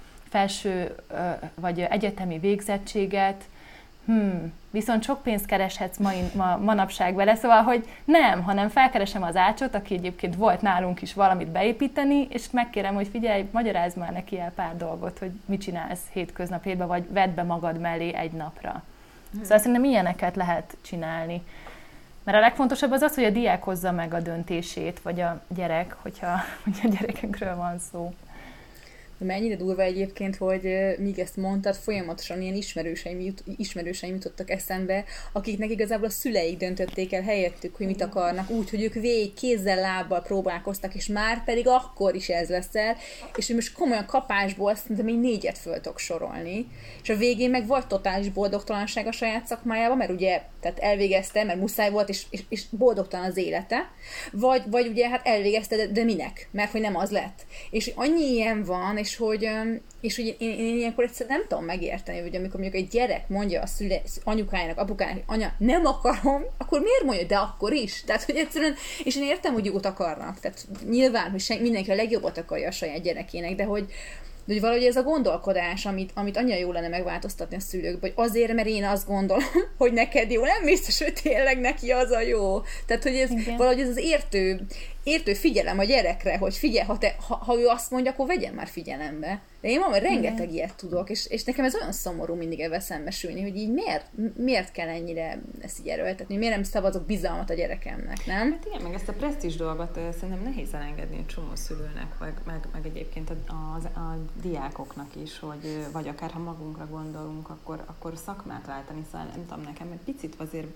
felső vagy egyetemi végzettséget, hmm, viszont sok pénzt kereshetsz ma, ma, manapság vele, szóval, hogy nem, hanem felkeresem az ácsot, aki egyébként volt nálunk is valamit beépíteni, és megkérem, hogy figyelj, magyarázz már neki el pár dolgot, hogy mit csinálsz hétköznap hétben, vagy vedd be magad mellé egy napra. Hmm. Szóval szerintem ilyeneket lehet csinálni. Mert a legfontosabb az az, hogy a diák hozza meg a döntését, vagy a gyerek, hogyha, hogyha a gyerekekről van szó. De mennyire durva egyébként, hogy míg ezt mondtad, folyamatosan ilyen ismerőseim, jut, ismerőseim jutottak eszembe, akiknek igazából a szüleik döntötték el helyettük, hogy mit akarnak, úgy, hogy ők végig kézzel, lábbal próbálkoztak, és már pedig akkor is ez leszel, és hogy most komolyan kapásból szerintem még négyet föl tudok sorolni, és a végén meg vagy totális boldogtalanság a saját szakmájában, mert ugye tehát elvégezte, mert muszáj volt, és, és, és boldogtalan az élete, vagy, vagy ugye hát elvégezte, de, de minek? Mert hogy nem az lett. És annyi ilyen van, és hogy, és hogy én, én ilyenkor egyszerűen nem tudom megérteni, hogy amikor mondjuk egy gyerek mondja a szüle, anyukájának, apukájának, hogy anya, nem akarom, akkor miért mondja, de akkor is? Tehát, hogy egyszerűen, és én értem, hogy jót akarnak. Tehát nyilván, hogy sen, mindenki a legjobbat akarja a saját gyerekének, de hogy, de hogy valahogy ez a gondolkodás, amit, amit annyira jó lenne megváltoztatni a szülőkbe, hogy azért, mert én azt gondolom, hogy neked jó, nem biztos, hogy tényleg neki az a jó. Tehát, hogy ez igen. Valahogy ez az értő, értő figyelem a gyerekre, hogy figyelj, ha, te, ha, ha ő azt mondja, akkor vegyen már figyelembe. De én mondom, hogy rengeteg igen. ilyet tudok, és, és nekem ez olyan szomorú mindig ebben szembesülni, hogy így miért, miért kell ennyire ezt így erőltetni, miért nem szavazok bizalmat a gyerekemnek, nem? Hát igen, meg ezt a presztízs dolgot szerintem nehéz elengedni egy csomó szülőnek, meg, meg, meg egyébként a, a, a diákoknak is, hogy vagy akár ha magunkra gondolunk, akkor, akkor szakmát váltani, szóval nem tudom, nekem egy picit azért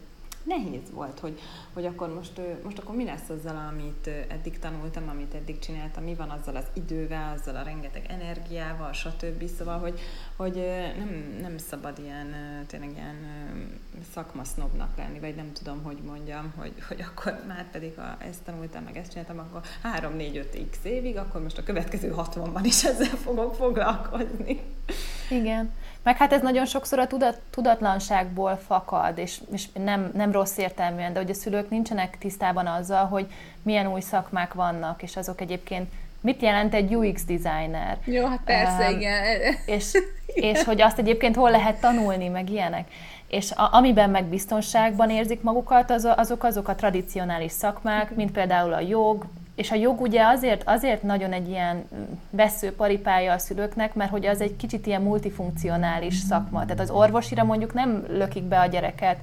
nehéz volt, hogy, hogy akkor most, most akkor mi lesz azzal, amit eddig tanultam, amit eddig csináltam, mi van azzal az idővel, azzal a rengeteg energiával, stb. Szóval, hogy, hogy nem, nem szabad ilyen, tényleg ilyen szakmasznobnak lenni, vagy nem tudom, hogy mondjam, hogy, hogy akkor már pedig ha ezt tanultam, meg ezt csináltam, akkor három, négy, öt x évig, akkor most a következő hatvanban is ezzel fogok foglalkozni. Igen. Meg hát ez nagyon sokszor a tudat, tudatlanságból fakad, és, és nem, nem rossz értelműen, de hogy a szülők nincsenek tisztában azzal, hogy milyen új szakmák vannak, és azok egyébként mit jelent egy u iksz designer. Jó, hát persze, um, igen. És, és hogy azt egyébként hol lehet tanulni, meg ilyenek. És a, amiben meg biztonságban érzik magukat, az, azok azok a tradicionális szakmák, mint például a jog, és a jog ugye azért, azért nagyon egy ilyen veszőparipája a szülőknek, mert hogy az egy kicsit ilyen multifunkcionális szakma. Tehát az orvosira mondjuk nem lökik be a gyereket,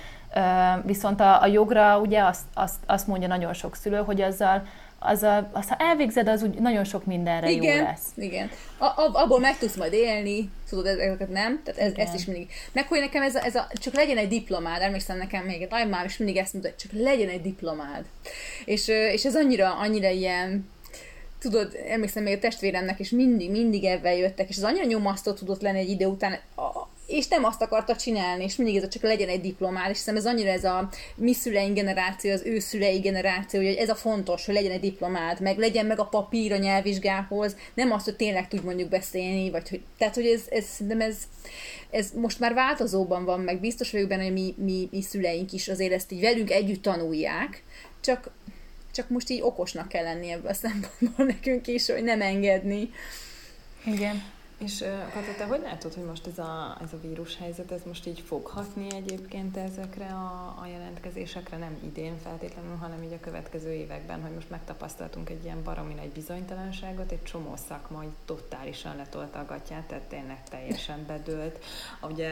viszont a, a jogra ugye azt, azt, azt mondja nagyon sok szülő, hogy azzal, azzal azt, ha elvégzed, az úgy nagyon sok mindenre igen, jó lesz. Igen, a, a, abból meg tudsz majd élni, tudod, ezeket nem? Tehát ez, ezt is mindig. Meg hogy nekem ez a, ez a, csak legyen egy diplomád, emlékszem nekem még egy nagymám is mindig ezt mondta, hogy csak legyen egy diplomád. És, és ez annyira, annyira ilyen, tudod, emlékszem még a testvéremnek, és mindig, mindig ebben jöttek, és ez annyira nyomasztó tudott lenni egy idő után, és nem azt akarta csinálni, és mindig ez a csak legyen egy diplomád, és hiszem ez annyira ez a mi szüleink generáció, az ő szülei generáció, hogy ez a fontos, hogy legyen egy diplomád, meg legyen meg a papír a nyelvvizsgához, nem azt, hogy tényleg tudj mondjuk beszélni, vagy hogy, tehát, hogy ez, ez, nem ez, ez most már változóban van, meg biztos vagyok benne, hogy mi, mi, mi szüleink is azért ezt így velünk együtt tanulják, csak, csak most így okosnak kell lenni ebből a szempontból nekünk is, hogy nem engedni. Igen. És Kata, te hogy látod, hogy most ez a, ez a vírushelyzet, ez most így fog hatni egyébként ezekre a, a jelentkezésekre, nem idén feltétlenül, hanem így a következő években, hogy most megtapasztaltunk egy ilyen baromi nagy bizonytalanságot, egy csomó szakma így totálisan letolta a gatyát, tehát tényleg teljesen bedőlt. Ugye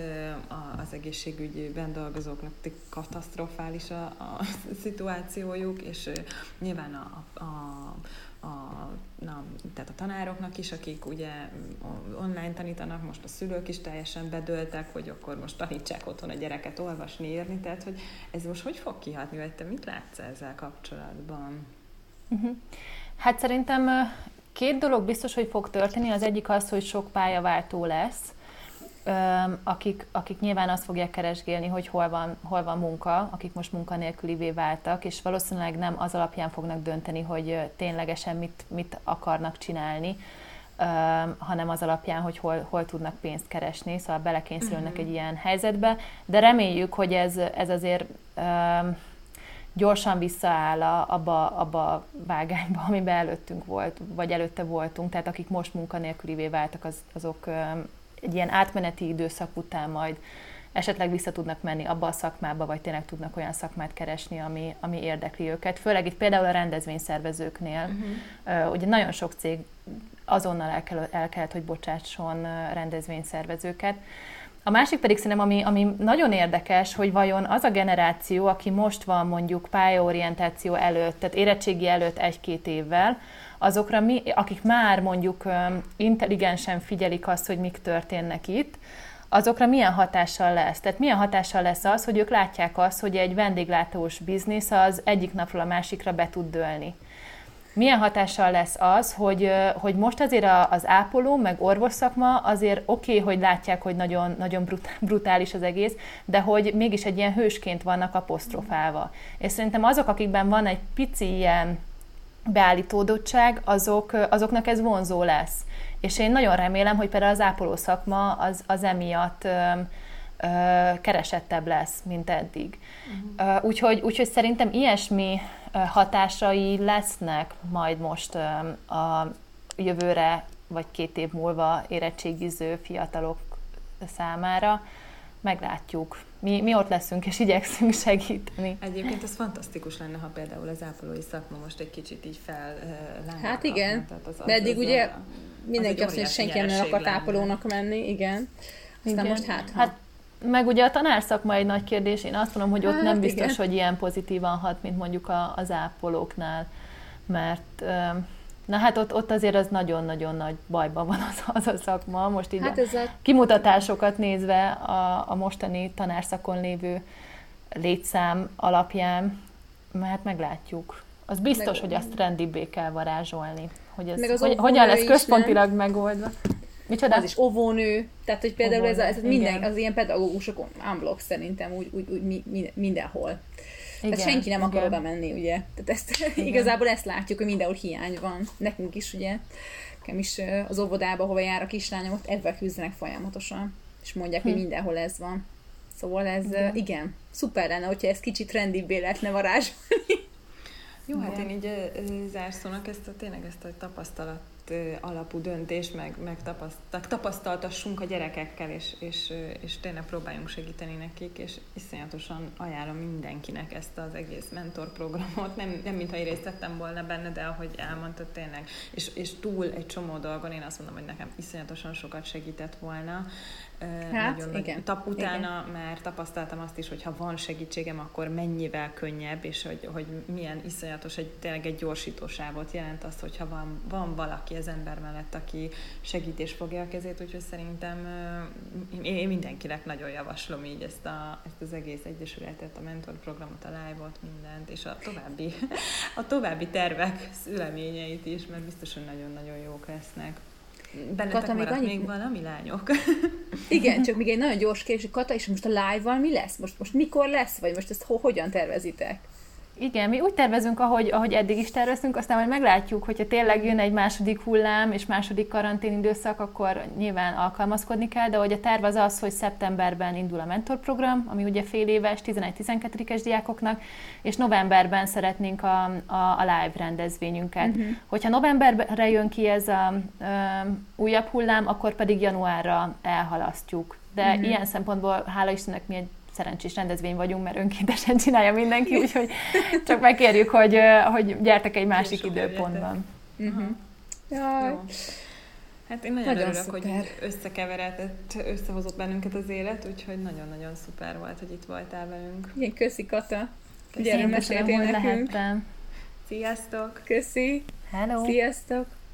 az egészségügyben dolgozóknak katasztrofális a, a szituációjuk, és nyilván a, a, a A, na, tehát a tanároknak is, akik ugye online tanítanak, most a szülők is teljesen bedőltek, hogy akkor most tanítsák otthon a gyereket olvasni, írni, tehát hogy ez most hogy fog kihatni, vagy te mit látsz ezzel kapcsolatban? Uh-huh. Hát szerintem két dolog biztos, hogy fog történni, az egyik az, hogy sok pályaváltó lesz, Akik, akik nyilván azt fogják keresgélni, hogy hol van, hol van munka, akik most munkanélkülivé váltak, és valószínűleg nem az alapján fognak dönteni, hogy ténylegesen mit, mit akarnak csinálni, hanem az alapján, hogy hol, hol tudnak pénzt keresni, szóval belekényszerülnek uh-huh. egy ilyen helyzetbe, de reméljük, hogy ez, ez azért um, gyorsan visszaáll abba, abba a vágányba, amiben előttünk volt, vagy előtte voltunk, tehát akik most munkanélkülivé váltak, az, azok um, egy ilyen átmeneti időszak után majd esetleg vissza tudnak menni abba a szakmába, vagy tényleg tudnak olyan szakmát keresni, ami, ami érdekli őket. Főleg itt például a rendezvényszervezőknél. Uh-huh. Ugye nagyon sok cég azonnal el, kell, el kellett, hogy bocsátson rendezvényszervezőket. A másik pedig szerintem, ami, ami nagyon érdekes, hogy vajon az a generáció, aki most van mondjuk pályaorientáció előtt, tehát érettségi előtt egy-két évvel, azokra, mi, akik már mondjuk intelligensen figyelik azt, hogy mik történnek itt, azokra milyen hatással lesz? Tehát milyen hatással lesz az, hogy ők látják azt, hogy egy vendéglátós biznisz az egyik napról a másikra be tud dőlni? Milyen hatással lesz az, hogy, hogy most azért az ápoló, meg orvosszakma azért oké, okay, hogy látják, hogy nagyon, nagyon brutális az egész, de hogy mégis egy ilyen hősként vannak apostrofálva. És szerintem azok, akikben van egy pici ilyen beállítódottság, azok, azoknak ez vonzó lesz. És én nagyon remélem, hogy például az ápoló szakma az, az emiatt ö, ö, keresettebb lesz, mint eddig. Uh-huh. Úgyhogy, úgyhogy szerintem ilyesmi hatásai lesznek majd most ö, a jövőre, vagy két év múlva érettségiző fiatalok számára. Meglátjuk. Mi, mi ott leszünk, és igyekszünk segíteni. Egyébként ez fantasztikus lenne, ha például az ápolói szakma most egy kicsit így fellángra. Hát igen, az, az, de eddig ugye a, mindenki azt mondja, hogy senki nem akart lenne. Ápolónak menni, igen. Aztán igen. Most hát, ha. Hát meg ugye a tanárszakma egy nagy kérdés, én azt mondom, hogy ott hát, nem biztos, igen. hogy ilyen pozitívan hat, mint mondjuk a, az ápolóknál, mert na hát ott, ott azért az nagyon-nagyon nagy bajban van az, az a szakma. Most így hát a, a kimutatásokat nézve a, a mostani tanárszakon lévő létszám alapján, mert meglátjuk. Az biztos, meg, hogy azt trendibbé kell varázsolni. Hogy ez, az hogy, hogyan lesz is, központilag nem? megoldva. Micsoda? Az is óvónő, tehát hogy például Óvónő, ez, a, ez minden, igen. az ilyen pedagógusok unblock szerintem úgy, úgy, úgy mi, mi, mindenhol. Igen, Tehát senki nem akar igen. oda menni, ugye? Tehát ezt, igazából ezt látjuk, hogy mindenhol hiány van. Nekünk is, ugye? Nekem is az óvodába, hova jár a kislányom, ott ebben küzdenek folyamatosan. És mondják, hm. hogy mindenhol ez van. Szóval ez, igen, igen szuper lenne, hogyha ez kicsit trendibbé lehetne varázsolni. Jó, hát én így zárszónak ezt a, tényleg ezt a tapasztalat alapú döntés, meg, meg tapasztal, tapasztaltassunk a gyerekekkel, és, és, és tényleg próbáljunk segíteni nekik, és iszonyatosan ajánlom mindenkinek ezt az egész mentorprogramot. Nem, nem mintha én részt vettem volna benne, de ahogy elmondtad tényleg, és, és túl egy csomó dolgon, én azt mondom, hogy nekem iszonyatosan sokat segített volna. Hát, nagyon igen. Tap utána igen. Már tapasztaltam azt is, hogy ha van segítségem, akkor mennyivel könnyebb, és hogy, hogy milyen iszonyatos, egy, tényleg egy gyorsítósávot jelent az, hogyha van, van valaki az ember mellett, aki segít és fogja a kezét, úgyhogy szerintem én mindenkinek nagyon javaslom így ezt, a, ezt az egész egyesületet, a mentorprogramot, a live-ot, mindent, és a további, a további tervek szüleményeit is, mert biztos, hogy nagyon-nagyon jók lesznek. Bennetek Kata, maradt még, még valami, lányok? Igen, csak még egy nagyon gyors kérdés, Kata, és most a live-val mi lesz? Most, most mikor lesz? Vagy most ezt ho- hogyan tervezitek? Igen, mi úgy tervezünk, ahogy, ahogy eddig is terveztünk, aztán majd meglátjuk, hogyha tényleg jön egy második hullám és második karanténidőszak, akkor nyilván alkalmazkodni kell, de hogy a terv az az, hogy szeptemberben indul a mentorprogram, ami ugye fél éves, tizenegy-tizenkettős diákoknak, és novemberben szeretnénk a, a, a live rendezvényünket. Uh-huh. Hogyha novemberre jön ki ez a ö, újabb hullám, akkor pedig januárra elhalasztjuk. De uh-huh. ilyen szempontból, hála Istennek, mi egy szerencsés rendezvény vagyunk, mert önkéntesen csinálja mindenki, úgyhogy csak megkérjük, hogy, hogy gyertek egy másik időpontban. Uh-huh. Jó. Hát én nagyon, nagyon örülök, szuper. hogy összekeveredett, összehozott bennünket az élet, úgyhogy nagyon-nagyon szuper volt, hogy itt voltál velünk. Igen, köszi Kata. Köszönöm, hogy lehettem. Sziasztok! Köszi! Hello! Sziasztok!